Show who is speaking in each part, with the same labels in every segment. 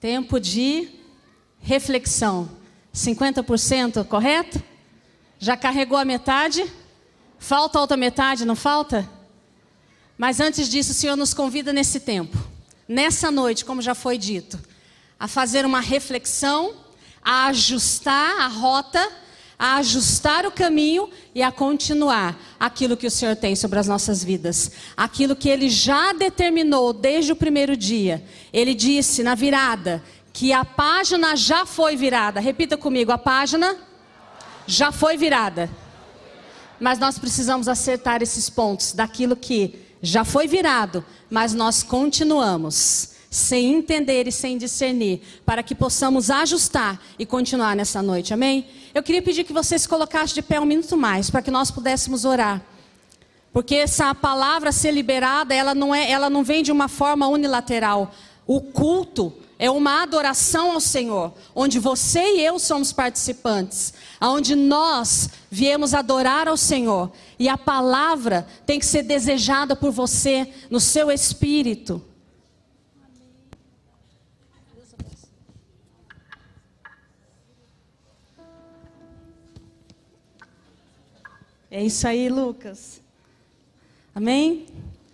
Speaker 1: Tempo de reflexão. 50%, correto? Já carregou a metade? Falta a outra metade, não falta? Mas antes disso, o Senhor nos convida nesse tempo, nessa noite, como já foi dito, a fazer uma reflexão, a ajustar a rota, a ajustar o caminho e a continuar aquilo que o Senhor tem sobre as nossas vidas. Aquilo que Ele já determinou desde o primeiro dia. Ele disse na virada que a página já foi virada. Repita comigo, a página já foi virada. Mas nós precisamos acertar esses pontos daquilo que já foi virado, mas nós continuamos sem entender e sem discernir, para que possamos ajustar e continuar nessa noite, amém? Eu queria pedir que você se colocasse de pé um minuto mais, para que nós pudéssemos orar. Porque essa palavra ser liberada, ela não vem de uma forma unilateral. O culto é uma adoração ao Senhor, onde você e eu somos participantes, onde nós viemos adorar ao Senhor. E a palavra tem que ser desejada por você, no seu espírito. É isso aí, Lucas. Amém?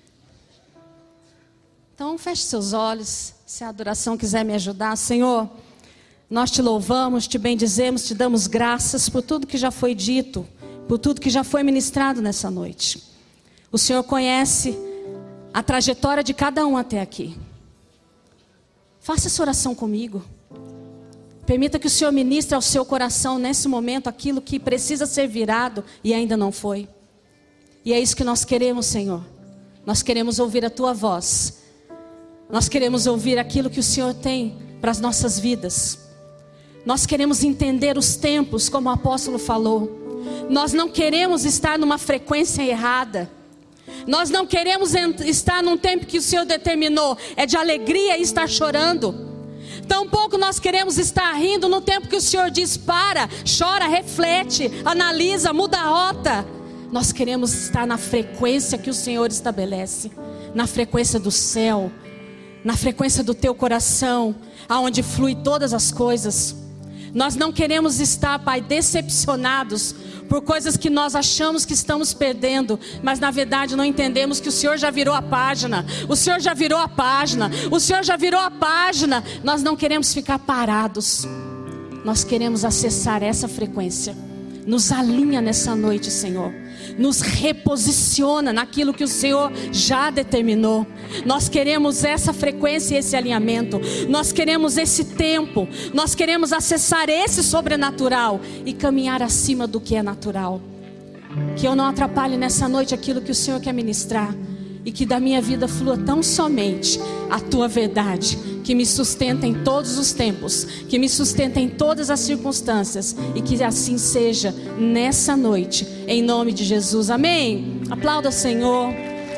Speaker 1: Então, feche seus olhos, se a adoração quiser me ajudar. Senhor, nós te louvamos, te bendizemos, te damos graças por tudo que já foi dito, por tudo que já foi ministrado nessa noite. O Senhor conhece a trajetória de cada um até aqui. Faça essa oração comigo. Permita que o Senhor ministre ao seu coração nesse momento aquilo que precisa ser virado e ainda não foi. E é isso que nós queremos, Senhor. Nós queremos ouvir a tua voz. Nós queremos ouvir aquilo que o Senhor tem para as nossas vidas. Nós queremos entender os tempos, como o apóstolo falou. Nós não queremos estar numa frequência errada. Nós não queremos estar num tempo que o Senhor determinou, é de alegria e estar chorando. Tampouco nós queremos estar rindo no tempo que o Senhor diz: para, chora, reflete, analisa, muda a rota. Nós queremos estar na frequência que o Senhor estabelece, na frequência do céu, na frequência do teu coração, aonde flui todas as coisas. Nós não queremos estar, Pai, decepcionados por coisas que nós achamos que estamos perdendo, mas na verdade não entendemos que o Senhor já virou a página. O Senhor já virou a página. O Senhor já virou a página. Nós não queremos ficar parados. Nós queremos acessar essa frequência. Nos alinha nessa noite, Senhor. Nos reposiciona naquilo que o Senhor já determinou. Nós queremos essa frequência e esse alinhamento. Nós queremos esse tempo. Nós queremos acessar esse sobrenatural e caminhar acima do que é natural. Que eu não atrapalhe nessa noite aquilo que o Senhor quer ministrar. E que da minha vida flua tão somente a tua verdade, que me sustenta em todos os tempos, que me sustenta em todas as circunstâncias, e que assim seja nessa noite, em nome de Jesus, amém? Aplauda ao Senhor.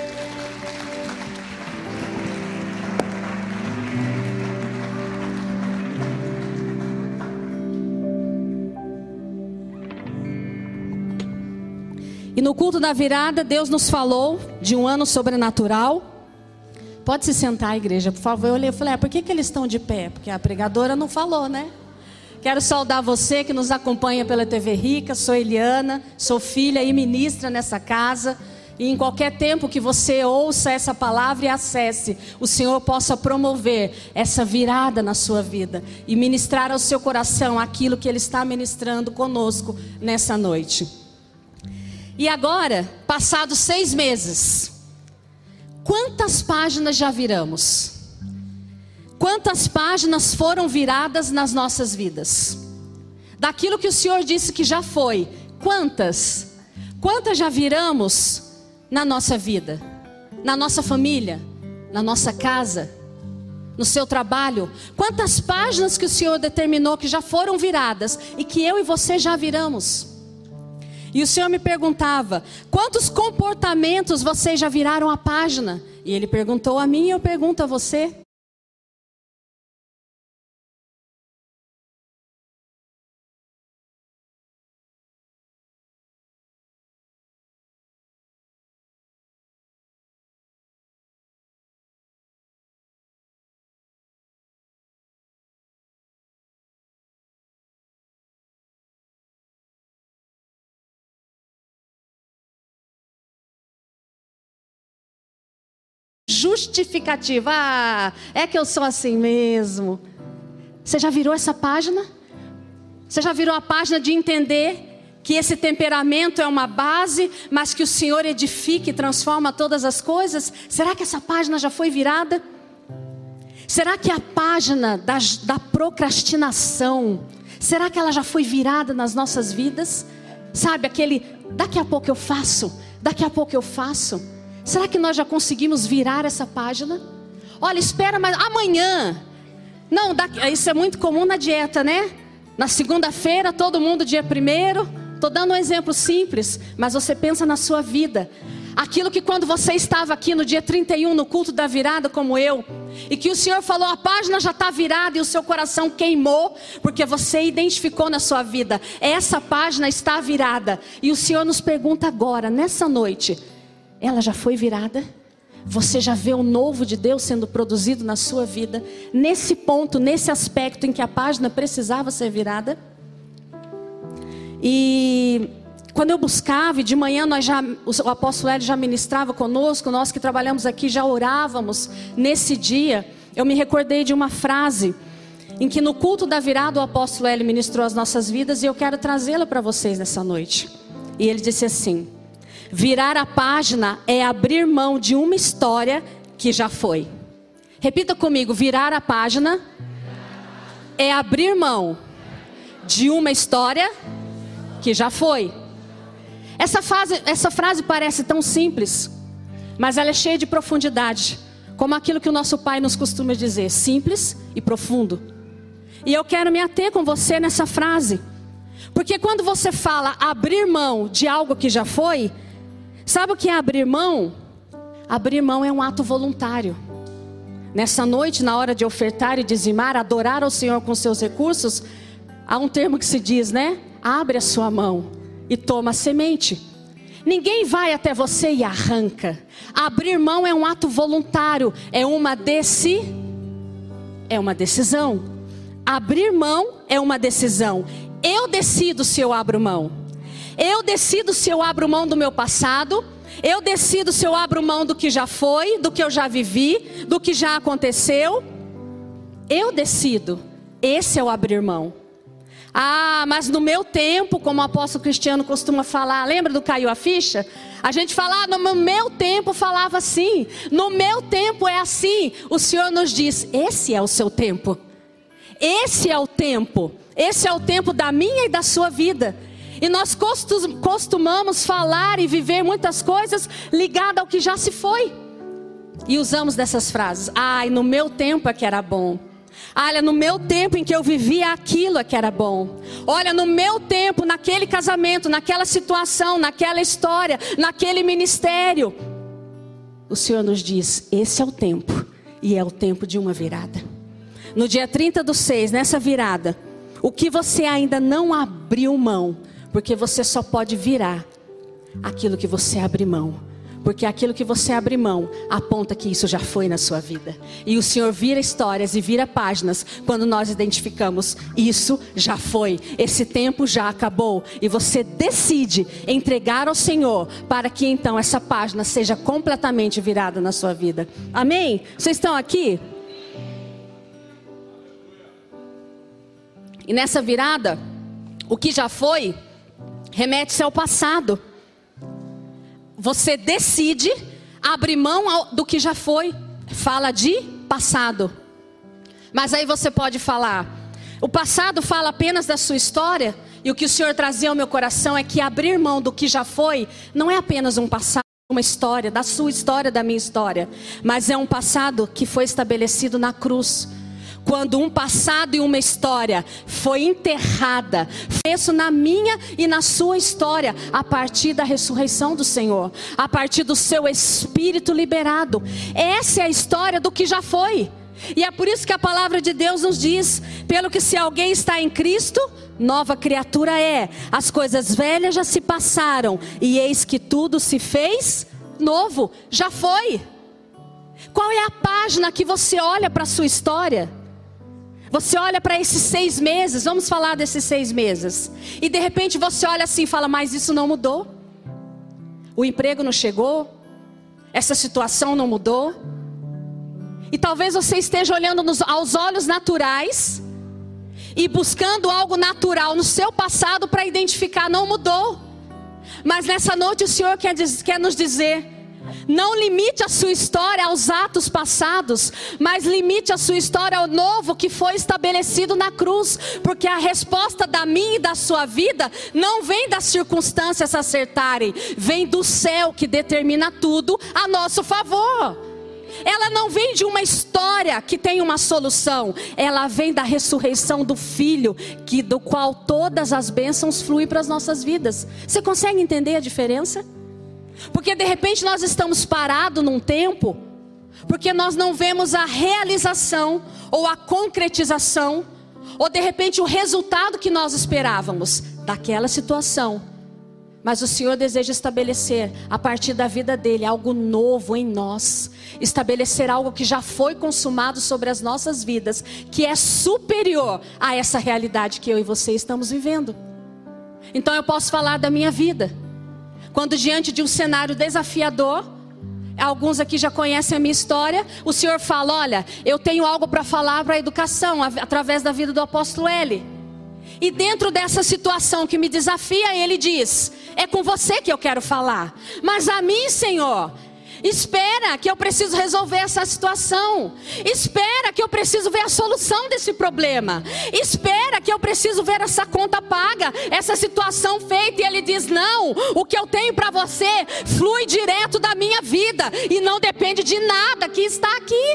Speaker 1: E no culto da virada, Deus nos falou de um ano sobrenatural. Pode se sentar, igreja, por favor. Eu olhei e falei, por que eles estão de pé? Porque a pregadora não falou, né? Quero saudar você que nos acompanha pela TV Rica. Sou Eliana, sou filha e ministra nessa casa. E em qualquer tempo que você ouça essa palavra e acesse, o Senhor possa promover essa virada na sua vida e ministrar ao seu coração aquilo que Ele está ministrando conosco nessa noite. E agora, passados 6 meses, quantas páginas já viramos? Quantas páginas foram viradas nas nossas vidas? Daquilo que o Senhor disse que já foi, quantas? Quantas já viramos na nossa vida? Na nossa família? Na nossa casa? No seu trabalho? Quantas páginas que o Senhor determinou que já foram viradas e que eu e você já viramos? E o Senhor me perguntava, quantos comportamentos vocês já viraram a página? E Ele perguntou a mim e eu pergunto a você. justificativa. Ah, é que eu sou assim mesmo. Você já virou essa página? Você já virou a página de entender que esse temperamento é uma base, mas que o Senhor edifica e transforma todas as coisas? Será que essa página já foi virada? Será que a página da procrastinação, será que ela já foi virada nas nossas vidas? Sabe, aquele, daqui a pouco eu faço, daqui a pouco eu faço. Será que nós já conseguimos virar essa página? Olha, espera, mas amanhã. Não, isso é muito comum na dieta, né? Na segunda-feira, todo mundo dia 1º. Estou dando um exemplo simples, mas você pensa na sua vida. Aquilo que quando você estava aqui no dia 31, no culto da virada, como eu, e que o Senhor falou, a página já está virada, e o seu coração queimou, porque você identificou na sua vida, essa página está virada. E o Senhor nos pergunta agora, nessa noite, ela já foi virada? Você já vê o novo de Deus sendo produzido na sua vida? Nesse ponto, nesse aspecto em que a página precisava ser virada? E quando eu buscava, e de manhã o apóstolo Hélio já ministrava conosco, nós que trabalhamos aqui já orávamos nesse dia, eu me recordei de uma frase, em que no culto da virada o apóstolo Hélio ministrou as nossas vidas, e eu quero trazê-la para vocês nessa noite. E ele disse assim: virar a página é abrir mão de uma história que já foi. Repita comigo, virar a página é abrir mão de uma história que já foi. Essa frase parece tão simples, mas ela é cheia de profundidade, como aquilo que o nosso Pai nos costuma dizer, simples e profundo. E eu quero me ater com você nessa frase, porque quando você fala abrir mão de algo que já foi, sabe o que é abrir mão? Abrir mão é um ato voluntário. Nessa noite, na hora de ofertar e dizimar, adorar ao Senhor com seus recursos, há um termo que se diz, né? Abre a sua mão e toma a semente. Ninguém vai até você e arranca. Abrir mão é um ato voluntário, é uma decisão. Abrir mão é uma decisão. Eu decido se eu abro mão. Eu decido se eu abro mão do meu passado. Eu decido se eu abro mão do que já foi, do que eu já vivi, do que já aconteceu. Eu decido. Esse é o abrir mão. Ah, mas no meu tempo, como o apóstolo Cristiano costuma falar, lembra do Caiu a Ficha? A gente fala, no meu tempo falava assim, no meu tempo é assim. O Senhor nos diz, esse é o seu tempo. Esse é o tempo da minha e da sua vida. E nós costumamos falar e viver muitas coisas ligadas ao que já se foi. E usamos dessas frases, ai, no meu tempo é que era bom. Olha, no meu tempo em que eu vivia aquilo é que era bom. Olha, no meu tempo, naquele casamento, naquela situação, naquela história, naquele ministério. O Senhor nos diz, esse é o tempo. E é o tempo de uma virada. No dia 30/6, nessa virada, o que você ainda não abriu mão, porque você só pode virar aquilo que você abre mão. Porque aquilo que você abre mão aponta que isso já foi na sua vida. E o Senhor vira histórias e vira páginas quando nós identificamos, isso já foi, esse tempo já acabou. E você decide entregar ao Senhor para que então essa página seja completamente virada na sua vida. Amém? Vocês estão aqui? E nessa virada, o que já foi remete-se ao passado. Você decide abrir mão do que já foi. Fala de passado. Mas aí você pode falar, o passado fala apenas da sua história. E o que o Senhor trazia ao meu coração é que abrir mão do que já foi não é apenas um passado, uma história, da sua história, da minha história. Mas é um passado que foi estabelecido na cruz. Quando um passado e uma história foi enterrada, isso na minha e na sua história, a partir da ressurreição do Senhor, a partir do seu Espírito liberado. Essa é a história do que já foi. E é por isso que a palavra de Deus nos diz, pelo que se alguém está em Cristo, nova criatura é. As coisas velhas já se passaram, e eis que tudo se fez novo. Já foi. Qual é a página que você olha para a sua história? Você olha para esses 6 meses, vamos falar desses 6 meses. E de repente você olha assim e fala, mas isso não mudou. O emprego não chegou. Essa situação não mudou. E talvez você esteja olhando aos olhos naturais e buscando algo natural no seu passado para identificar, não mudou. Mas nessa noite o Senhor quer nos dizer: não limite a sua história aos atos passados, mas limite a sua história ao novo que foi estabelecido na cruz. Porque a resposta da minha e da sua vida não vem das circunstâncias acertarem, vem do céu que determina tudo a nosso favor. Ela não vem de uma história que tem uma solução, ela vem da ressurreição do Filho, do qual todas as bênçãos fluem para as nossas vidas. Você consegue entender a diferença? Porque de repente nós estamos parados num tempo, porque nós não vemos a realização, ou a concretização, ou de repente o resultado que nós esperávamos daquela situação. Mas o Senhor deseja estabelecer, a partir da vida dele, algo novo em nós. Estabelecer algo que já foi consumado sobre as nossas vidas, que é superior a essa realidade que eu e você estamos vivendo. Então eu posso falar da minha vida. Quando diante de um cenário desafiador, alguns aqui já conhecem a minha história, o Senhor fala: olha, eu tenho algo para falar para a educação, através da vida do apóstolo Eli. E dentro dessa situação que me desafia, Ele diz: é com você que eu quero falar. Mas a mim, Senhor, espera que eu preciso resolver essa situação. Espera que eu preciso ver a solução desse problema. Espera que eu preciso ver essa conta paga, essa situação feita. E Ele diz: não, o que eu tenho para você flui direto da minha vida e não depende de nada que está aqui.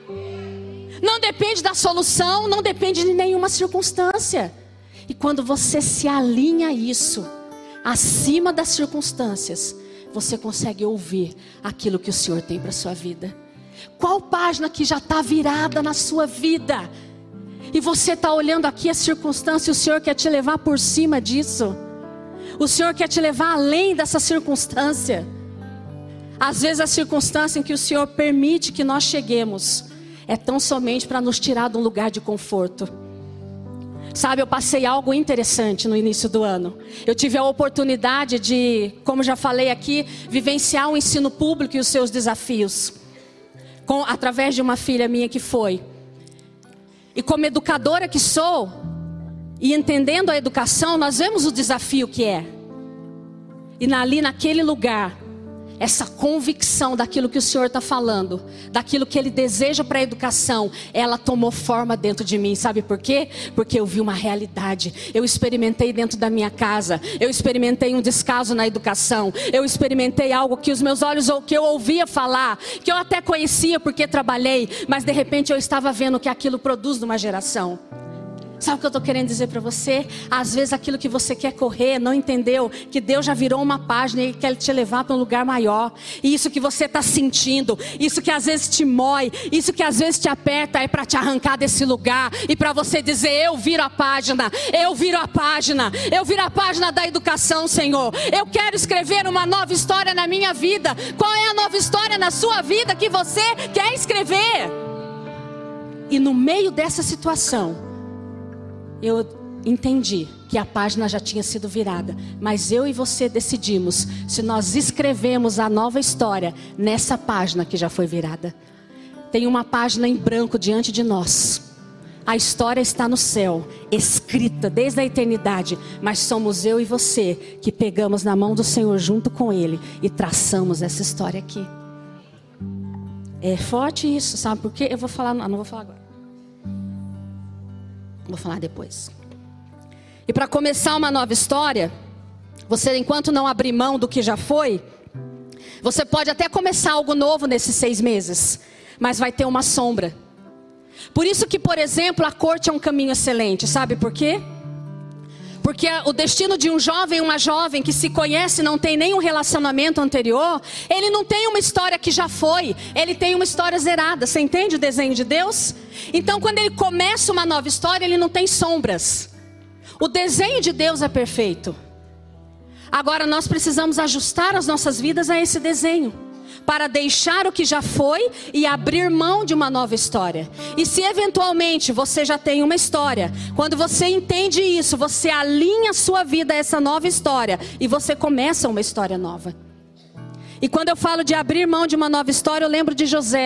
Speaker 1: Não depende da solução, não depende de nenhuma circunstância. E quando você se alinha a isso, acima das circunstâncias, você consegue ouvir aquilo que o Senhor tem para a sua vida. Qual página que já está virada na sua vida? E você está olhando aqui a circunstância e o Senhor quer te levar por cima disso. O Senhor quer te levar além dessa circunstância. Às vezes a circunstância em que o Senhor permite que nós cheguemos é tão somente para nos tirar de um lugar de conforto. Sabe, eu passei algo interessante no início do ano. Eu tive a oportunidade de, como já falei aqui, vivenciar o ensino público e os seus desafios, através de uma filha minha que foi. E como educadora que sou, e entendendo a educação, nós vemos o desafio que é. E ali naquele lugar, essa convicção daquilo que o Senhor está falando, daquilo que Ele deseja para a educação, ela tomou forma dentro de mim. Sabe por quê? Porque eu vi uma realidade. Eu experimentei dentro da minha casa. Eu experimentei um descaso na educação. Eu experimentei algo que os meus olhos, que eu ouvia falar, que eu até conhecia porque trabalhei, mas de repente eu estava vendo o que aquilo produz numa geração. Sabe o que eu estou querendo dizer para você? Às vezes aquilo que você quer correr, não entendeu que Deus já virou uma página e quer te levar para um lugar maior. E isso que você está sentindo, isso que às vezes te mói, isso que às vezes te aperta, é para te arrancar desse lugar. E para você dizer: eu viro a página, eu viro a página, eu viro a página da educação, Senhor. Eu quero escrever uma nova história na minha vida. Qual é a nova história na sua vida que você quer escrever? E no meio dessa situação, eu entendi que a página já tinha sido virada, mas eu e você decidimos se nós escrevemos a nova história nessa página que já foi virada. Tem uma página em branco diante de nós. A história está no céu, escrita desde a eternidade, mas somos eu e você que pegamos na mão do Senhor junto com Ele e traçamos essa história aqui. É forte isso, sabe por quê? Eu vou falar, não vou falar agora. Vou falar depois. E para começar uma nova história, você, enquanto não abrir mão do que já foi, você pode até começar algo novo nesses 6 meses, mas vai ter uma sombra. Por isso que, por exemplo, a corte é um caminho excelente. Sabe por quê? Porque o destino de um jovem, uma jovem que se conhece, não tem nenhum relacionamento anterior, ele não tem uma história que já foi, ele tem uma história zerada. Você entende o desenho de Deus? Então quando ele começa uma nova história, ele não tem sombras. O desenho de Deus é perfeito. Agora nós precisamos ajustar as nossas vidas a esse desenho, para deixar o que já foi e abrir mão de uma nova história. E se eventualmente você já tem uma história, quando você entende isso, você alinha a sua vida a essa nova história e você começa uma história nova. E quando eu falo de abrir mão de uma nova história, eu lembro de José.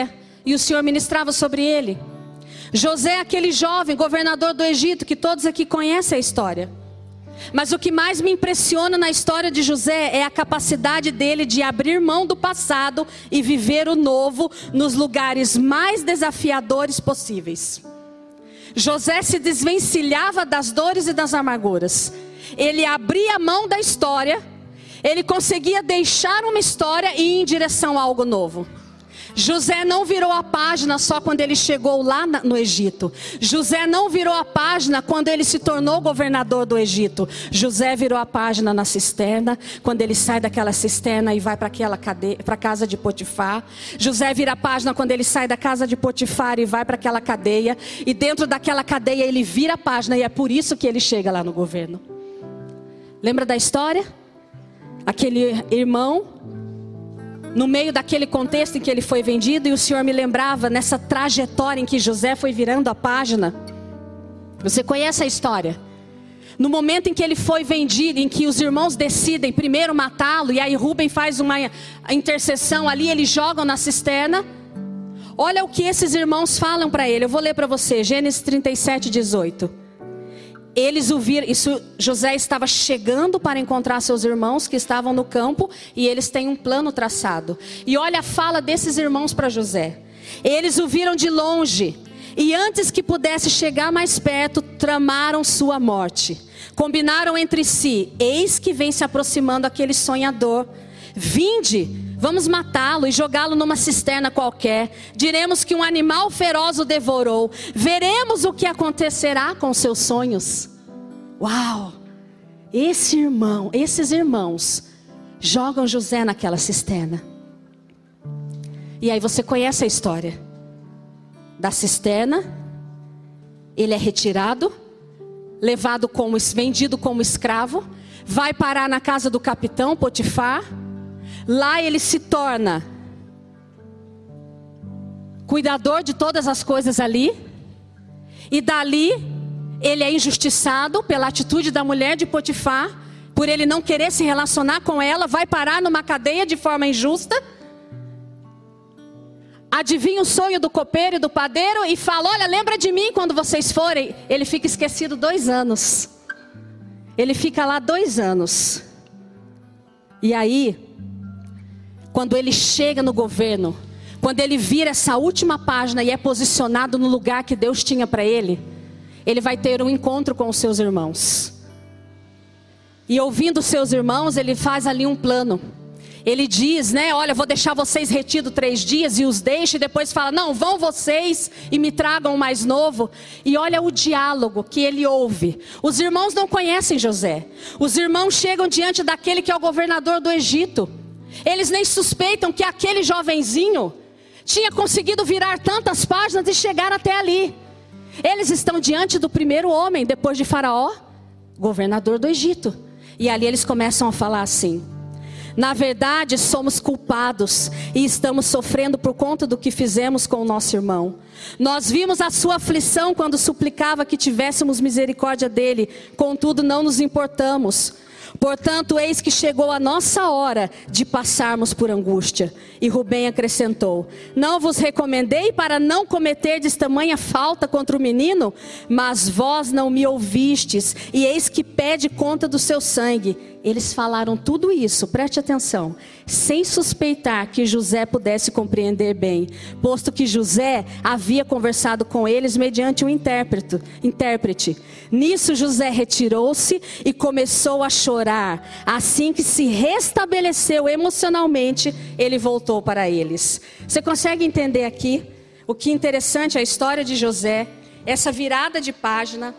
Speaker 1: e o Senhor ministrava sobre ele. José é aquele jovem governador do Egito que todos aqui conhecem a história. Mas o que mais me impressiona na história de José é a capacidade dele de abrir mão do passado e viver o novo nos lugares mais desafiadores possíveis. José se desvencilhava das dores e das amarguras. Ele abria mão da história, ele conseguia deixar uma história e ir em direção a algo novo. José não virou a página só quando ele chegou lá no Egito. José não virou a página quando ele se tornou governador do Egito. José virou a página na cisterna, quando ele sai daquela cisterna e vai para a casa de Potifar. José vira a página quando ele sai da casa de Potifar e vai para aquela cadeia. E dentro daquela cadeia ele vira a página, e é por isso que ele chega lá no governo. Lembra da história? Aquele irmão, no meio daquele contexto em que ele foi vendido, e o Senhor me lembrava nessa trajetória em que José foi virando a página. Você conhece a história? No momento em que ele foi vendido, em que os irmãos decidem primeiro matá-lo, e aí Rúben faz uma intercessão ali, eles jogam na cisterna. Olha o que esses irmãos falam para ele. Eu vou ler para você, Gênesis 37, 18. Eles o viram, José estava chegando para encontrar seus irmãos que estavam no campo, e eles têm um plano traçado. E olha a fala desses irmãos para José. Eles o viram de longe, e antes que pudesse chegar mais perto, tramaram sua morte. Combinaram entre si: eis que vem se aproximando aquele sonhador. Vinde, vamos matá-lo e jogá-lo numa cisterna qualquer. Diremos que um animal feroz o devorou. Veremos o que acontecerá com seus sonhos. Uau! Esses irmãos jogam José naquela cisterna. E aí você conhece a história da cisterna. Ele é retirado, vendido como escravo, vai parar na casa do capitão Potifar. Lá ele se torna cuidador de todas as coisas ali. E dali ele é injustiçado pela atitude da mulher de Potifar, por ele não querer se relacionar com ela. Vai parar numa cadeia de forma injusta. Adivinha o sonho do copeiro e do padeiro e fala: olha, lembra de mim quando vocês forem. Ele fica esquecido 2 anos. Ele fica lá 2 anos. E aí, quando ele chega no governo, quando ele vira essa última página e é posicionado no lugar que Deus tinha para ele, ele vai ter um encontro com os seus irmãos. E ouvindo seus irmãos, ele faz ali um plano. Ele diz, olha, vou deixar vocês retidos 3 dias, e os deixa, e depois fala: não, vão vocês e me tragam o mais novo. E olha o diálogo que ele ouve. Os irmãos não conhecem José. Os irmãos chegam diante daquele que é o governador do Egito. Eles nem suspeitam que aquele jovenzinho tinha conseguido virar tantas páginas e chegar até ali. Eles estão diante do primeiro homem, depois de Faraó, governador do Egito. E ali eles começam a falar assim: na verdade somos culpados e estamos sofrendo por conta do que fizemos com o nosso irmão. Nós vimos a sua aflição quando suplicava que tivéssemos misericórdia dele, contudo não nos importamos. Portanto, eis que chegou a nossa hora de passarmos por angústia. E Rubem acrescentou: não vos recomendei para não cometerdes tamanha falta contra o menino? Mas vós não me ouvistes, e eis que pede conta do seu sangue. Eles falaram tudo isso, preste atenção, sem suspeitar que José pudesse compreender bem, posto que José havia conversado com eles mediante um intérprete. Nisso José retirou-se e começou a chorar. Assim que se restabeleceu emocionalmente, ele voltou para eles. Você consegue entender aqui o que é interessante a história de José, essa virada de página?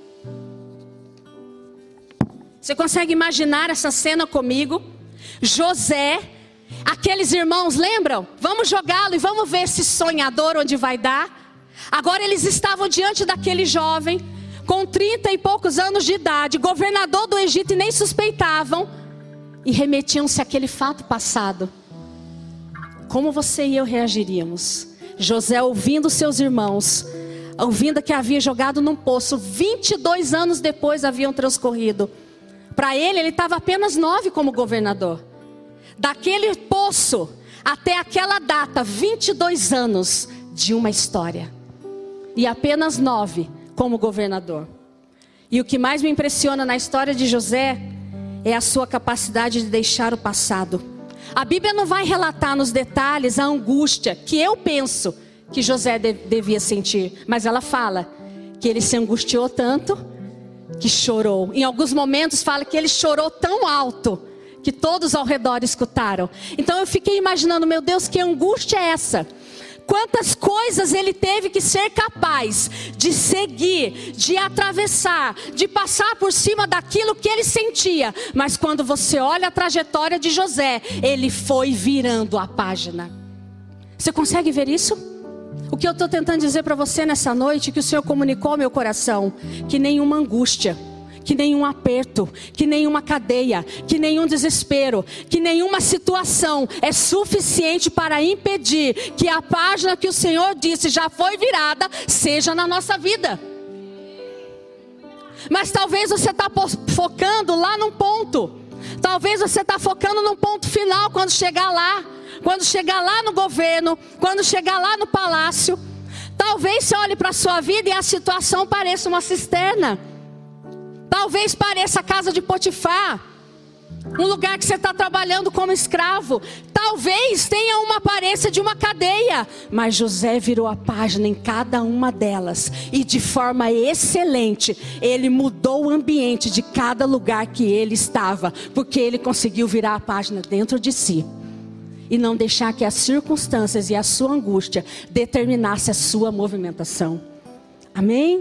Speaker 1: Você consegue imaginar essa cena comigo? José, aqueles irmãos, lembram? Vamos jogá-lo e vamos ver esse sonhador onde vai dar. Agora eles estavam diante daquele jovem, com 30 e poucos anos de idade, governador do Egito, e nem suspeitavam. E remetiam-se àquele fato passado. Como você e eu reagiríamos? José ouvindo seus irmãos, ouvindo que havia jogado num poço, 22 anos depois haviam transcorrido. Para ele estava apenas 9 como governador. Daquele poço até aquela data, 22 anos de uma história. E apenas 9 como governador. E o que mais me impressiona na história de José é a sua capacidade de deixar o passado. A Bíblia não vai relatar nos detalhes a angústia que eu penso que José devia sentir. Mas ela fala que ele se angustiou tanto que chorou. Em alguns momentos fala que ele chorou tão alto que todos ao redor escutaram. Então eu fiquei imaginando, meu Deus, que angústia é essa? Quantas coisas ele teve que ser capaz de seguir, de atravessar, de passar por cima daquilo que ele sentia. Mas quando você olha a trajetória de José, ele foi virando a página. Você consegue ver isso? O que eu estou tentando dizer para você nessa noite, que o Senhor comunicou ao meu coração, que nenhuma angústia, que nenhum aperto, que nenhuma cadeia, que nenhum desespero, que nenhuma situação é suficiente para impedir que a página que o Senhor disse já foi virada, seja na nossa vida. Mas talvez você está focando lá num ponto. Talvez você está focando num ponto final quando chegar lá. Quando chegar lá no governo, quando chegar lá no palácio. Talvez você olhe para a sua vida e a situação pareça uma cisterna. Talvez pareça a casa de Potifar, um lugar que você está trabalhando como escravo. Talvez tenha uma aparência de uma cadeia, mas José virou a página em cada uma delas. E de forma excelente, ele mudou o ambiente de cada lugar que ele estava. Porque ele conseguiu virar a página dentro de si. E não deixar que as circunstâncias e a sua angústia determinassem a sua movimentação. Amém?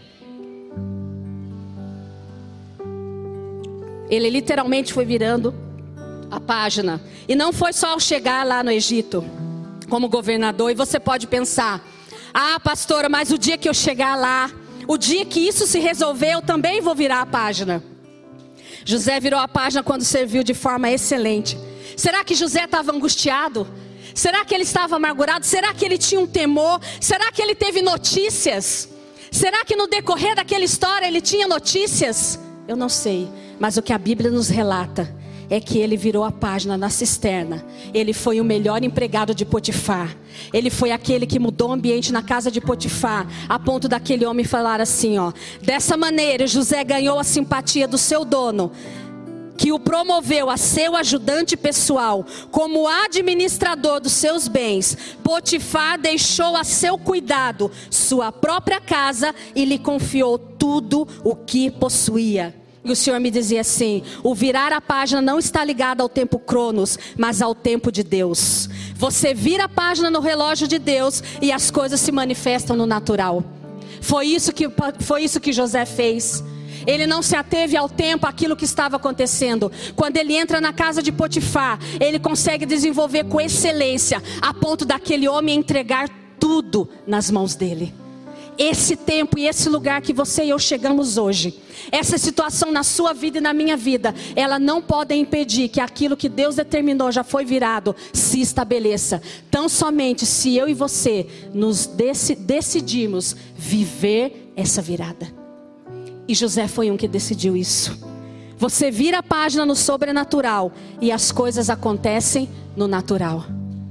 Speaker 1: Ele literalmente foi virando a página. E não foi só ao chegar lá no Egito como governador. E você pode pensar: ah, pastora, mas o dia que eu chegar lá, o dia que isso se resolver, eu também vou virar a página. José virou a página quando serviu de forma excelente. Será que José estava angustiado? Será que ele estava amargurado? Será que ele tinha um temor? Será que ele teve notícias? Será que no decorrer daquela história ele tinha notícias? Eu não sei. Mas o que a Bíblia nos relata é que ele virou a página na cisterna. Ele foi o melhor empregado de Potifar. Ele foi aquele que mudou o ambiente na casa de Potifar, a ponto daquele homem falar assim, ó: dessa maneira José ganhou a simpatia do seu dono, que o promoveu a seu ajudante pessoal, como administrador dos seus bens. Potifar deixou a seu cuidado sua própria casa e lhe confiou tudo o que possuía. E o Senhor me dizia assim: o virar a página não está ligado ao tempo Cronos, mas ao tempo de Deus. Você vira a página no relógio de Deus e as coisas se manifestam no natural. Foi isso que José fez. Ele não se ateve ao tempo, àquilo que estava acontecendo. Quando ele entra na casa de Potifar, ele consegue desenvolver com excelência, a ponto daquele homem entregar tudo nas mãos dele. Esse tempo e esse lugar que você e eu chegamos hoje, essa situação na sua vida e na minha vida, ela não pode impedir que aquilo que Deus determinou já foi virado, se estabeleça. Tão somente se eu e você nos decidimos viver essa virada. E José foi um que decidiu isso. Você vira a página no sobrenatural e as coisas acontecem no natural.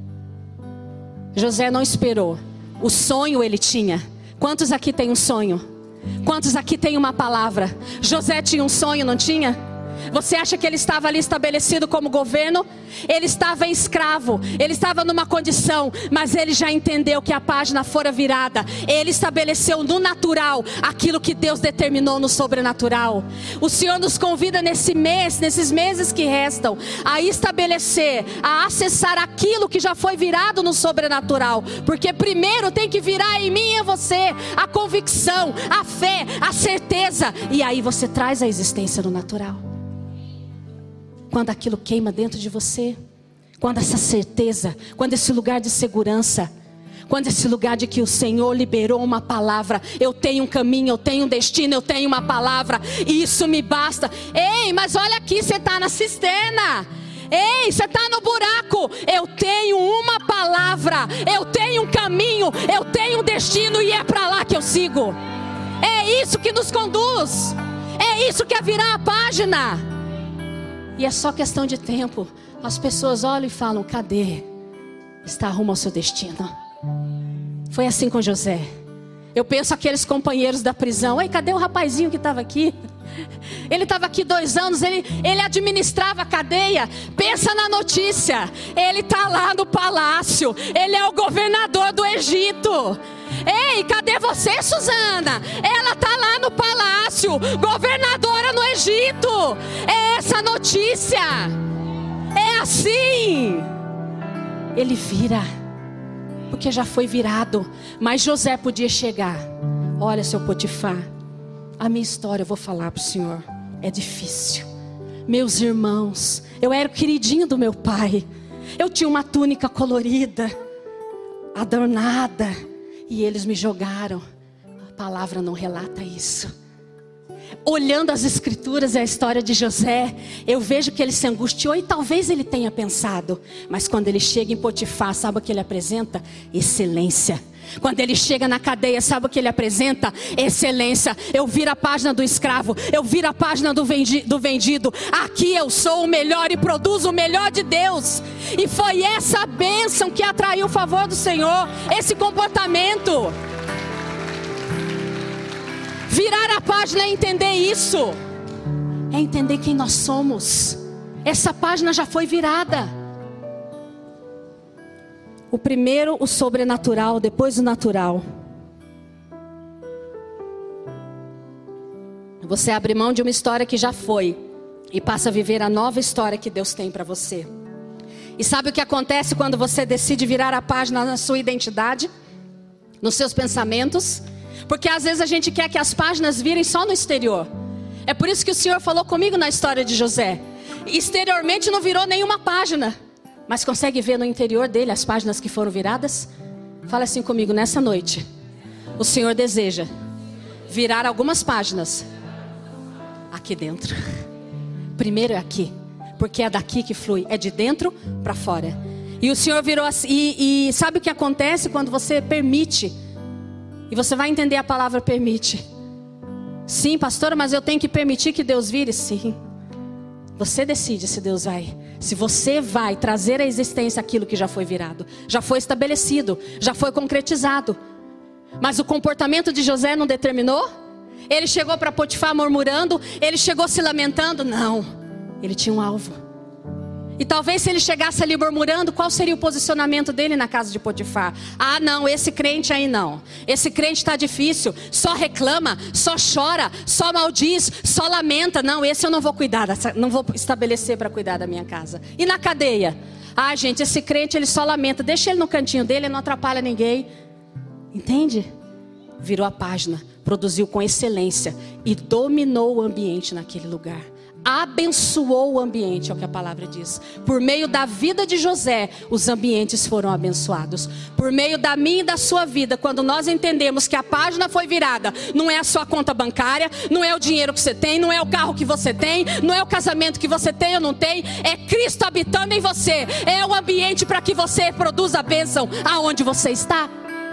Speaker 1: José não esperou. O sonho ele tinha. Quantos aqui tem um sonho? Quantos aqui tem uma palavra? José tinha um sonho, não tinha? Você acha que ele estava ali estabelecido como governo? Ele estava em escravo, ele estava numa condição, mas ele já entendeu que a página fora virada. Ele estabeleceu no natural aquilo que Deus determinou no sobrenatural. O Senhor nos convida nesses meses que restam, a estabelecer, a acessar aquilo que já foi virado no sobrenatural. Porque primeiro tem que virar em mim e em você a convicção, a fé, a certeza. E aí você traz a existência no natural. Quando aquilo queima dentro de você, quando essa certeza, quando esse lugar de segurança, quando esse lugar de que o Senhor liberou uma palavra, eu tenho um caminho, eu tenho um destino, eu tenho uma palavra, e isso me basta. Ei, mas olha aqui, você está na cisterna. Ei, você está no buraco. Eu tenho uma palavra, eu tenho um caminho, eu tenho um destino, e é para lá que eu sigo. É isso que nos conduz. É isso que é virar a página. E é só questão de tempo. As pessoas olham e falam: cadê? está rumo ao seu destino. Foi assim com José. Eu penso aqueles companheiros da prisão. Ei, cadê o rapazinho que estava aqui? Ele estava aqui 2 anos, ele administrava a cadeia. Pensa na notícia, ele está lá no palácio, ele é o governador do Egito. Ei, cadê você, Susana? Ela está lá no palácio, governadora no Egito. É essa notícia. É assim. Ele vira, porque já foi virado. Mas José podia chegar. Olha, seu Potifar, a minha história eu vou falar para o senhor. É difícil. Meus irmãos, eu era o queridinho do meu pai. Eu tinha uma túnica colorida, adornada, e eles me jogaram. A palavra não relata isso. Olhando as escrituras e a história de José, eu vejo que ele se angustiou e talvez ele tenha pensado. Mas quando ele chega em Potifar, sabe o que ele apresenta? Excelência. Quando ele chega na cadeia, sabe o que ele apresenta? Excelência. Eu viro a página do escravo, eu viro a página do vendido. Aqui eu sou o melhor e produzo o melhor de Deus. E foi essa bênção que atraiu o favor do Senhor, esse comportamento. Virar a página é entender isso. É entender quem nós somos. Essa página já foi virada. O primeiro, o sobrenatural, depois o natural. Você abre mão de uma história que já foi e passa a viver a nova história que Deus tem para você. E sabe o que acontece quando você decide virar a página na sua identidade? Nos seus pensamentos? Porque às vezes a gente quer que as páginas virem só no exterior. É por isso que o Senhor falou comigo na história de José. Exteriormente não virou nenhuma página, mas consegue ver no interior dele as páginas que foram viradas? Fala assim comigo, nessa noite o Senhor deseja virar algumas páginas aqui dentro. Primeiro é aqui, porque é daqui que flui, é de dentro para fora. E o Senhor virou assim, e sabe o que acontece quando você permite? E você vai entender a palavra permite. Sim, pastora, mas eu tenho que permitir que Deus vire? Sim. Você decide se Deus vai. Se você vai trazer à existência aquilo que já foi virado. Já foi estabelecido. Já foi concretizado. Mas o comportamento de José não determinou? Ele chegou para Potifar murmurando? Ele chegou se lamentando? Não. Ele tinha um alvo. E talvez se ele chegasse ali murmurando, qual seria o posicionamento dele na casa de Potifar? Ah não, esse crente aí não. Esse crente está difícil, só reclama, só chora, só maldiz, só lamenta. Não, esse eu não vou cuidar, não vou estabelecer para cuidar da minha casa. E na cadeia? Ah gente, esse crente ele só lamenta, deixa ele no cantinho dele, ele não atrapalha ninguém. Entende? Virou a página, produziu com excelência e dominou o ambiente naquele lugar. Abençoou o ambiente, é o que a palavra diz. Por meio da vida de José, os ambientes foram abençoados. Por meio da minha e da sua vida, quando nós entendemos que a página foi virada, não é a sua conta bancária, não é o dinheiro que você tem, não é o carro que você tem, não é o casamento que você tem ou não tem, é Cristo habitando em você. É o ambiente para que você produza a bênção aonde você está.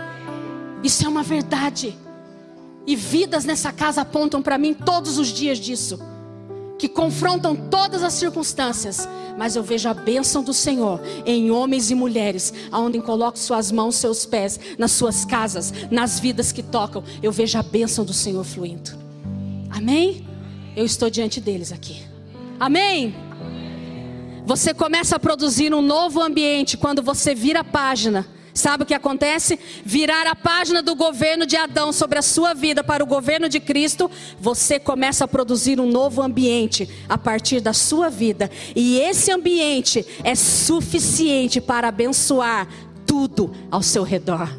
Speaker 1: Isso é uma verdade. E vidas nessa casa apontam para mim todos os dias disso, que confrontam todas as circunstâncias, mas eu vejo a bênção do Senhor em homens e mulheres, aonde coloco suas mãos, seus pés, nas suas casas, nas vidas que tocam, eu vejo a bênção do Senhor fluindo. Amém? Eu estou diante deles aqui. Amém? Você começa a produzir um novo ambiente quando você vira a página. Sabe o que acontece? Virar a página do governo de Adão sobre a sua vida para o governo de Cristo, você começa a produzir um novo ambiente a partir da sua vida. E esse ambiente é suficiente para abençoar tudo ao seu redor.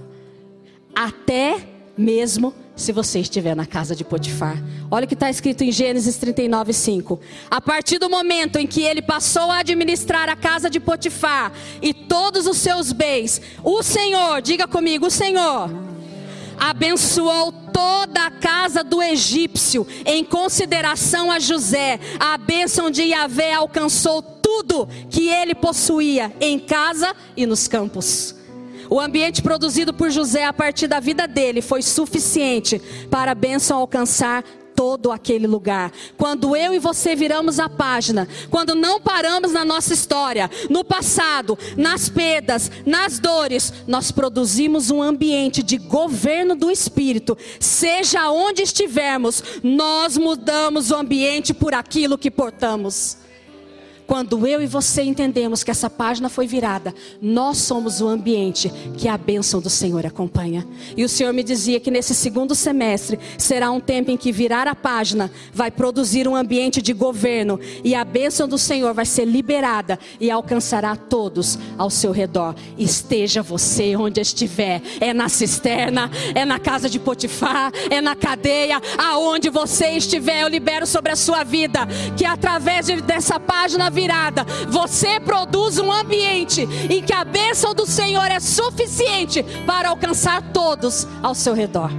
Speaker 1: Até mesmo se você estiver na casa de Potifar. Olha o que está escrito em Gênesis 39:5. A partir do momento em que ele passou a administrar a casa de Potifar e todos os seus bens, o Senhor, diga comigo, o Senhor abençoou toda a casa do egípcio. Em consideração a José, a bênção de Yahvé alcançou tudo que ele possuía em casa e nos campos. O ambiente produzido por José a partir da vida dele foi suficiente para a bênção alcançar todo aquele lugar. Quando eu e você viramos a página, quando não paramos na nossa história, no passado, nas perdas, nas dores, nós produzimos um ambiente de governo do Espírito. Seja onde estivermos, nós mudamos o ambiente por aquilo que portamos. Quando eu e você entendemos que essa página foi virada, nós somos o ambiente que a bênção do Senhor acompanha. E o Senhor me dizia que nesse segundo semestre será um tempo em que virar a página vai produzir um ambiente de governo. E a bênção do Senhor vai ser liberada e alcançará todos ao seu redor. Esteja você onde estiver. É na cisterna, é na casa de Potifar, é na cadeia. Aonde você estiver, eu libero sobre a sua vida que através dessa página virada, você produz um ambiente em que a bênção do Senhor é suficiente para alcançar todos ao seu redor.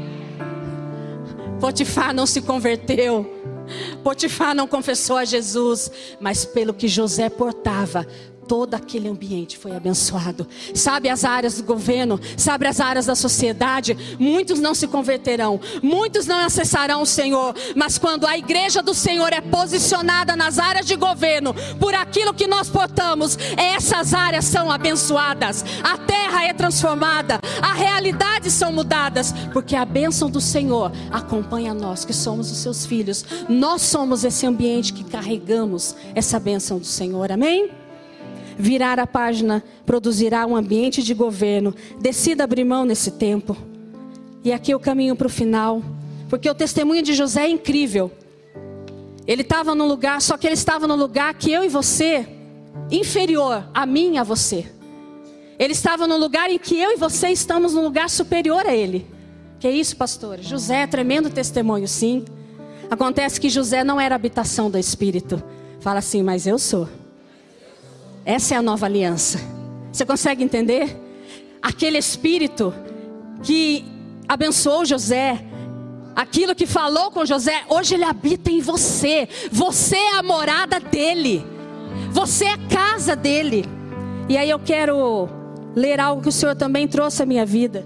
Speaker 1: Potifar não se converteu, Potifar não confessou a Jesus, mas pelo que José portava, todo aquele ambiente foi abençoado. Sabe as áreas do governo, sabe as áreas da sociedade, muitos não se converterão, muitos não acessarão o Senhor, mas quando a igreja do Senhor é posicionada nas áreas de governo, por aquilo que nós portamos, essas áreas são abençoadas, a terra é transformada, as realidades são mudadas, porque a bênção do Senhor acompanha nós que somos os seus filhos. Nós somos esse ambiente que carregamos essa bênção do Senhor, amém? Virar a página produzirá um ambiente de governo. Decida abrir mão nesse tempo. E aqui eu caminho para o final, porque o testemunho de José é incrível. Ele estava num lugar, só que ele estava num lugar que eu e você, inferior a mim e a você. Ele estava num lugar em que eu e você estamos num lugar superior a ele. Que é isso, pastor? José é tremendo testemunho, sim. Acontece que José não era habitação do Espírito. Fala assim, mas eu sou. Essa é a nova aliança. Você consegue entender? Aquele Espírito que abençoou José, aquilo que falou com José, hoje ele habita em você. Você é a morada dele. Você é a casa dele. E aí eu quero ler algo que o Senhor também trouxe à minha vida.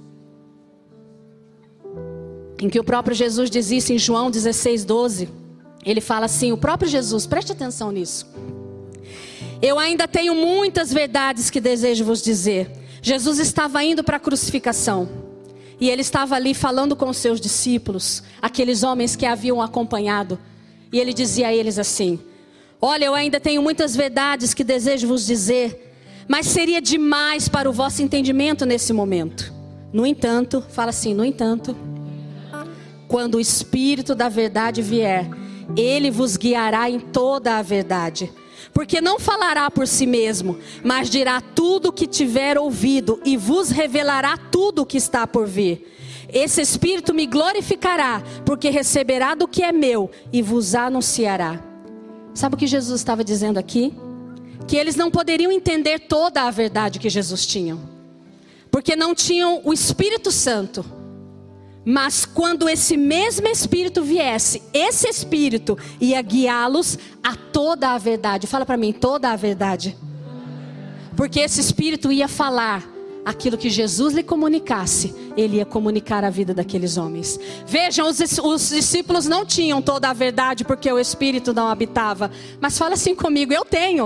Speaker 1: Em que o próprio Jesus diz isso em João 16:12. Ele fala assim, o próprio Jesus, preste atenção nisso. Eu ainda tenho muitas verdades que desejo vos dizer. Jesus estava indo para a crucificação. E ele estava ali falando com os seus discípulos, aqueles homens que haviam acompanhado. E ele dizia a eles assim, olha, eu ainda tenho muitas verdades que desejo vos dizer, mas seria demais para o vosso entendimento nesse momento. No entanto, fala assim, no entanto, quando o Espírito da verdade vier, ele vos guiará em toda a verdade. Porque não falará por si mesmo, mas dirá tudo o que tiver ouvido e vos revelará tudo o que está por vir. Esse Espírito me glorificará, porque receberá do que é meu e vos anunciará. Sabe o que Jesus estava dizendo aqui? Que eles não poderiam entender toda a verdade que Jesus tinha, porque não tinham o Espírito Santo. Mas quando esse mesmo Espírito viesse, esse Espírito ia guiá-los a toda a verdade. Fala para mim, toda a verdade. Porque esse Espírito ia falar aquilo que Jesus lhe comunicasse, ele ia comunicar a vida daqueles homens. Vejam, os discípulos não tinham toda a verdade porque o Espírito não habitava. Mas fala assim comigo, eu tenho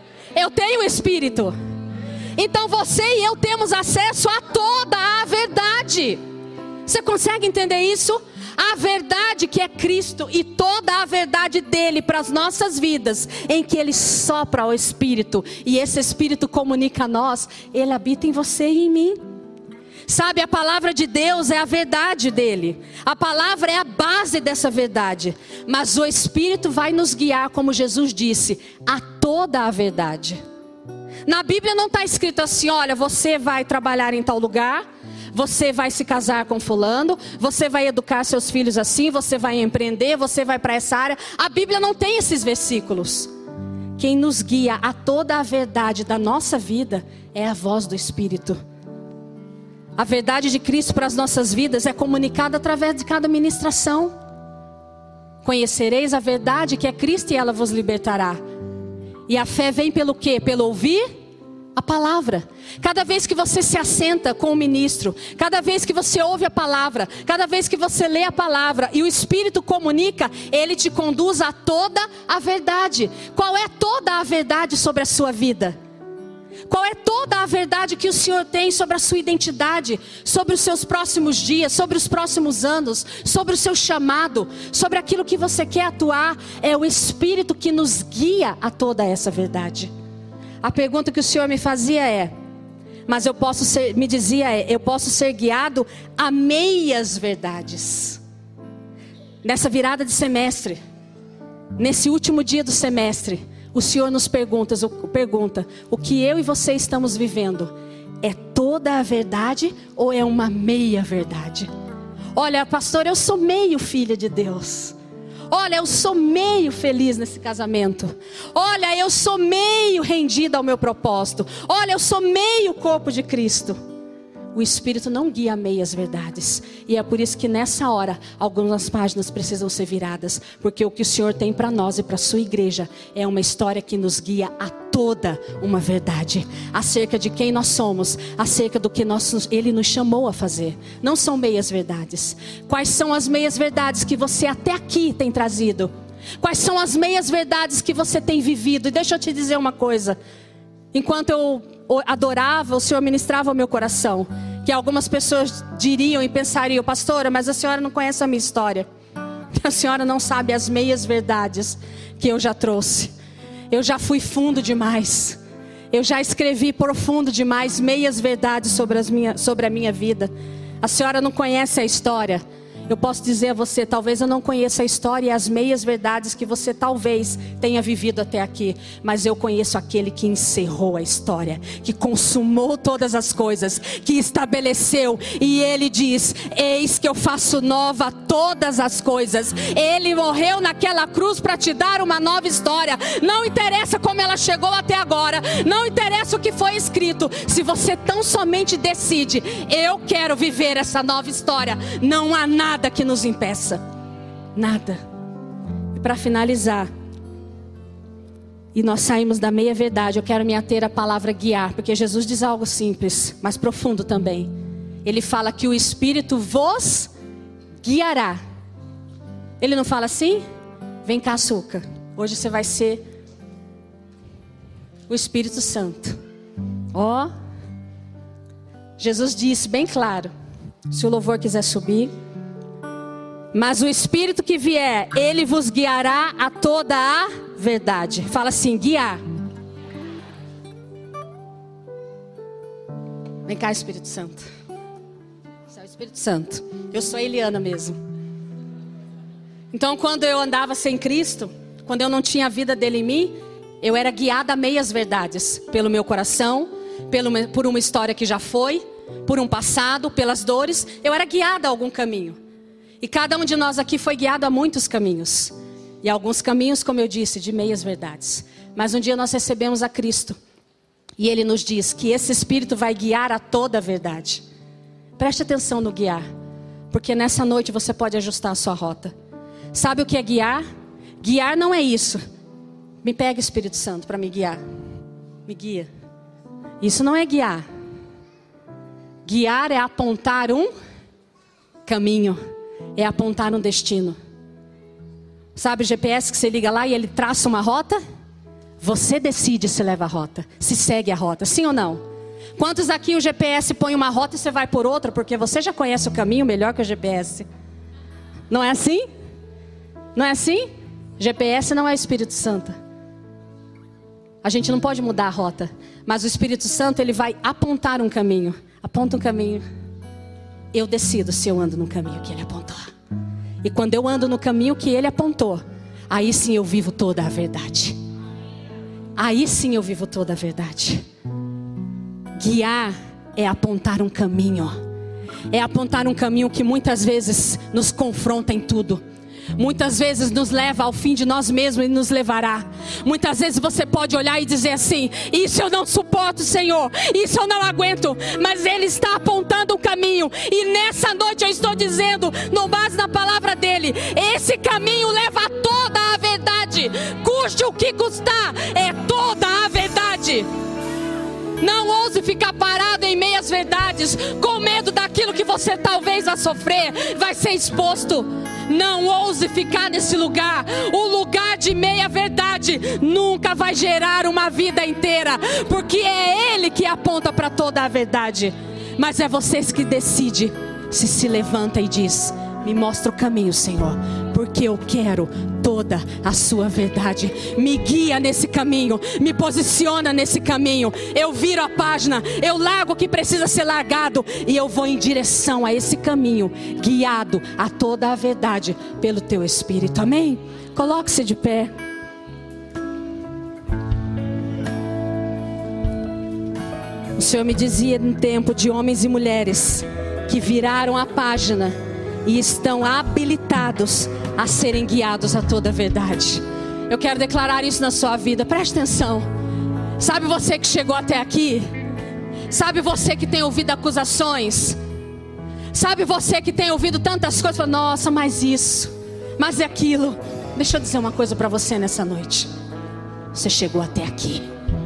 Speaker 1: o Espírito. Então você e eu temos acesso a toda a verdade. Você consegue entender isso? A verdade que é Cristo e toda a verdade dele para as nossas vidas, em que ele sopra o Espírito e esse Espírito comunica a nós, ele habita em você e em mim. Sabe, a palavra de Deus é a verdade dele, a palavra é a base dessa verdade, mas o Espírito vai nos guiar, como Jesus disse, a toda a verdade. Na Bíblia não está escrito assim, olha, você vai trabalhar em tal lugar, você vai se casar com fulano, você vai educar seus filhos assim, você vai empreender, você vai para essa área. A Bíblia não tem esses versículos. Quem nos guia a toda a verdade da nossa vida é a voz do Espírito. A verdade de Cristo para as nossas vidas é comunicada através de cada ministração. Conhecereis a verdade que é Cristo e ela vos libertará. E a fé vem pelo quê? Pelo ouvir A palavra. Cada vez que você se assenta com o ministro, cada vez que você ouve a palavra, cada vez que você lê a palavra e o Espírito comunica, ele te conduz a toda a verdade. Qual é toda a verdade sobre a sua vida? Qual é toda a verdade que o Senhor tem sobre a sua identidade, sobre os seus próximos dias, sobre os próximos anos, sobre o seu chamado, sobre aquilo que você quer atuar? É o Espírito que nos guia a toda essa verdade. A pergunta que o Senhor me fazia é, mas eu posso ser guiado a meias verdades. Nessa virada de semestre, nesse último dia do semestre, o Senhor nos pergunta, o que eu e você estamos vivendo, é toda a verdade ou é uma meia verdade? Olha, pastor, eu sou meio filha de Deus. Olha, eu sou meio feliz nesse casamento. Olha, eu sou meio rendida ao meu propósito. Olha, eu sou meio corpo de Cristo. O Espírito não guia a meias verdades. E é por isso que nessa hora, algumas páginas precisam ser viradas. Porque o que o Senhor tem para nós e para a sua igreja é uma história que nos guia a toda uma verdade. Acerca de quem nós somos, acerca do que Ele nos chamou a fazer. Não são meias verdades. Quais são as meias verdades que você até aqui tem trazido? Quais são as meias verdades que você tem vivido? E deixa eu te dizer uma coisa. Enquanto eu adorava, o Senhor ministrava o meu coração. Que algumas pessoas diriam e pensariam, pastora, mas a senhora não conhece a minha história. A senhora não sabe as meias verdades que eu já trouxe. Eu já fui fundo demais. Eu já escrevi profundo demais meias verdades sobre a minha vida. A senhora não conhece a história. Eu posso dizer a você, talvez eu não conheça a história e as meias verdades que você talvez tenha vivido até aqui. Mas eu conheço aquele que encerrou a história, que consumou todas as coisas, que estabeleceu. E ele diz, eis que eu faço nova todas as coisas. Ele morreu naquela cruz para te dar uma nova história. Não interessa como ela chegou até agora. Não interessa o que foi escrito. Se você tão somente decide, eu quero viver essa nova história, não há nada que nos impeça. Nada. E para finalizar, e nós saímos da meia verdade, eu quero me ater à palavra guiar, porque Jesus diz algo simples, mas profundo também. Ele fala que o Espírito vos guiará. Ele não fala assim? Vem cá, açúcar, hoje você vai ser o Espírito Santo. Ó, Jesus disse bem claro, se o louvor quiser subir, mas o Espírito que vier, Ele vos guiará a toda a verdade. Fala assim, guiar. Vem cá, Espírito Santo. Esse é o Espírito Santo. Eu sou a Eliana mesmo. Então, quando eu andava sem Cristo, quando eu não tinha a vida dele em mim, eu era guiada a meias verdades. Pelo meu coração, por uma história que já foi, por um passado, pelas dores. Eu era guiada a algum caminho. E cada um de nós aqui foi guiado a muitos caminhos. E alguns caminhos, como eu disse, de meias verdades. Mas um dia nós recebemos a Cristo. E Ele nos diz que esse Espírito vai guiar a toda a verdade. Preste atenção no guiar. Porque nessa noite você pode ajustar a sua rota. Sabe o que é guiar? Guiar não é isso. Me pega, Espírito Santo, para me guiar. Me guia. Isso não é guiar. Guiar é apontar um caminho. É apontar um destino. Sabe o GPS que você liga lá e ele traça uma rota? Você decide se leva a rota, se segue a rota, sim ou não? Quantos aqui o GPS põe uma rota e você vai por outra, porque você já conhece o caminho melhor que o GPS? Não é assim? Não é assim? GPS não é o Espírito Santo. A gente não pode mudar a rota, mas o Espírito Santo ele vai apontar um caminho. Aponta um caminho. Eu decido se eu ando no caminho que Ele apontou. E quando eu ando no caminho que Ele apontou, aí sim eu vivo toda a verdade. Aí sim eu vivo toda a verdade. Guiar é apontar um caminho. É apontar um caminho que muitas vezes nos confronta em tudo. Muitas vezes nos leva ao fim de nós mesmos e nos levará. Muitas vezes você pode olhar e dizer assim: isso eu não suporto, Senhor, isso eu não aguento. Mas Ele está apontando um caminho. E nessa noite eu estou dizendo, no base na palavra dEle, esse caminho leva a toda a verdade. Custe o que custar, é toda a verdade. Não ouse ficar parado em meias verdades, com medo daquilo que você talvez vá sofrer, vai ser exposto. Não ouse ficar nesse lugar. O lugar de meia verdade nunca vai gerar uma vida inteira, porque é Ele que aponta para toda a verdade. Mas é vocês que decidem se levanta e diz: me mostra o caminho, Senhor, porque eu quero toda a sua verdade. Me guia nesse caminho, me posiciona nesse caminho. Eu viro a página, eu largo o que precisa ser largado, e eu vou em direção a esse caminho, guiado a toda a verdade pelo teu Espírito. Amém? Coloque-se de pé. O Senhor me dizia no tempo de homens e mulheres que viraram a página e estão habilitados a serem guiados a toda a verdade. Eu quero declarar isso na sua vida. Preste atenção. Sabe você que chegou até aqui? Sabe você que tem ouvido acusações? Sabe você que tem ouvido tantas coisas? Fala, nossa, mas isso, mas é aquilo. Deixa eu dizer uma coisa para você nessa noite. Você chegou até aqui.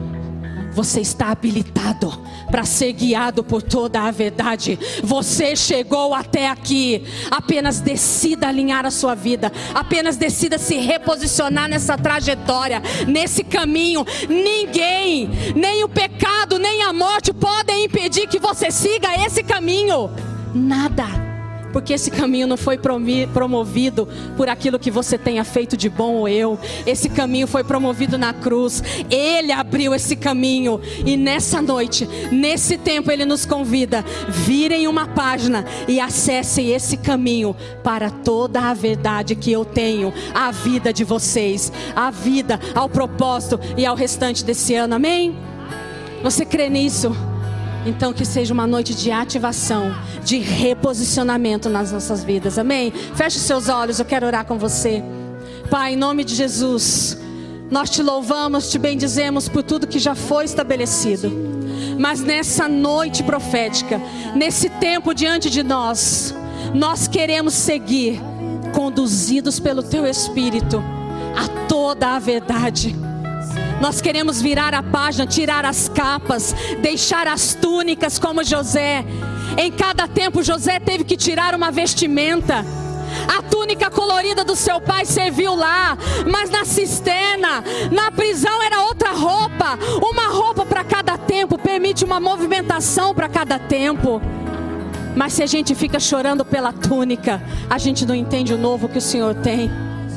Speaker 1: Você está habilitado para ser guiado por toda a verdade. Você chegou até aqui. Apenas decida alinhar a sua vida. Apenas decida se reposicionar nessa trajetória, nesse caminho. Ninguém, nem o pecado, nem a morte podem impedir que você siga esse caminho. Nada. Porque esse caminho não foi promovido por aquilo que você tenha feito de bom ou eu. Esse caminho foi promovido na cruz. Ele abriu esse caminho. E nessa noite, nesse tempo, Ele nos convida: virem uma página e acessem esse caminho para toda a verdade que eu tenho, a vida de vocês, a vida, ao propósito e ao restante desse ano. Amém? Você crê nisso? Então que seja uma noite de ativação, de reposicionamento nas nossas vidas, amém? Feche os seus olhos, eu quero orar com você. Pai, em nome de Jesus, nós te louvamos, te bendizemos por tudo que já foi estabelecido. Mas nessa noite profética, nesse tempo diante de nós, nós queremos seguir, conduzidos pelo Teu Espírito, a toda a verdade. Nós queremos virar a página, tirar as capas, deixar as túnicas como José. Em cada tempo José teve que tirar uma vestimenta. A túnica colorida do seu pai serviu lá, mas na cisterna, na prisão era outra roupa. Uma roupa para cada tempo, permite uma movimentação para cada tempo. Mas se a gente fica chorando pela túnica, a gente não entende o novo que o Senhor tem.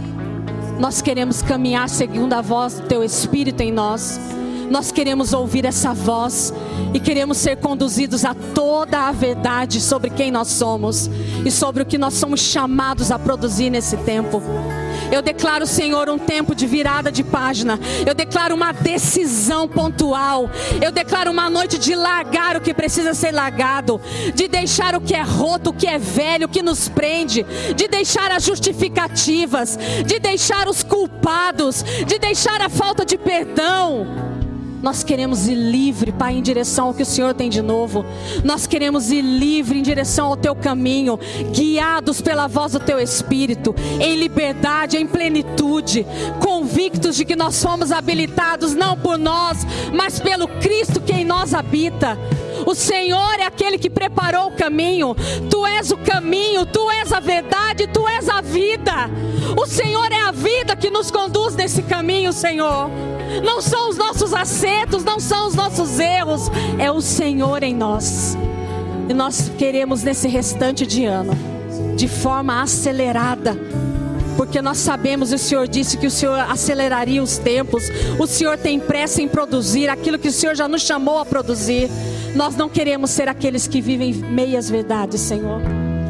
Speaker 1: Nós queremos caminhar segundo a voz do Teu Espírito em nós. Nós queremos ouvir essa voz e queremos ser conduzidos a toda a verdade sobre quem nós somos e sobre o que nós somos chamados a produzir nesse tempo. Eu declaro, Senhor, um tempo de virada de página. Eu declaro uma decisão pontual. Eu declaro uma noite de largar o que precisa ser largado, de deixar o que é roto, o que é velho, o que nos prende, de deixar as justificativas, de deixar os culpados, de deixar a falta de perdão. Nós queremos ir livre, Pai, em direção ao que o Senhor tem de novo. Nós queremos ir livre em direção ao Teu caminho, guiados pela voz do Teu Espírito, em liberdade, em plenitude, convictos de que nós somos habilitados não por nós, mas pelo Cristo que em nós habita. O Senhor é aquele que preparou o caminho. Tu és o caminho, Tu és a verdade, Tu és a vida. O Senhor é a vida que nos conduz nesse caminho, Senhor. Não são os nossos acertos, não são os nossos erros, é o Senhor em nós. E nós queremos nesse restante de ano, de forma acelerada, porque nós sabemos, e o Senhor disse que o Senhor aceleraria os tempos. O Senhor tem pressa em produzir aquilo que o Senhor já nos chamou a produzir. Nós não queremos ser aqueles que vivem meias verdades, Senhor.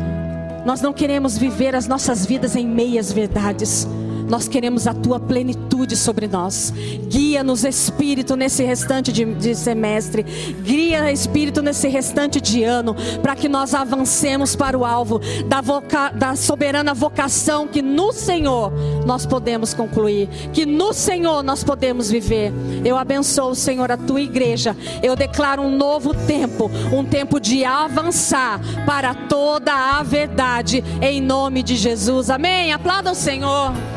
Speaker 1: Nós não queremos viver as nossas vidas em meias verdades. Nós queremos a Tua plenitude sobre nós. Guia-nos, Espírito, nesse restante de semestre. Guia, Espírito, nesse restante de ano, para que nós avancemos para o alvo da soberana vocação que no Senhor nós podemos concluir, que no Senhor nós podemos viver. Eu abençoo, Senhor, a Tua igreja. Eu declaro um novo tempo, um tempo de avançar para toda a verdade, em nome de Jesus. Amém? Aplauda o Senhor.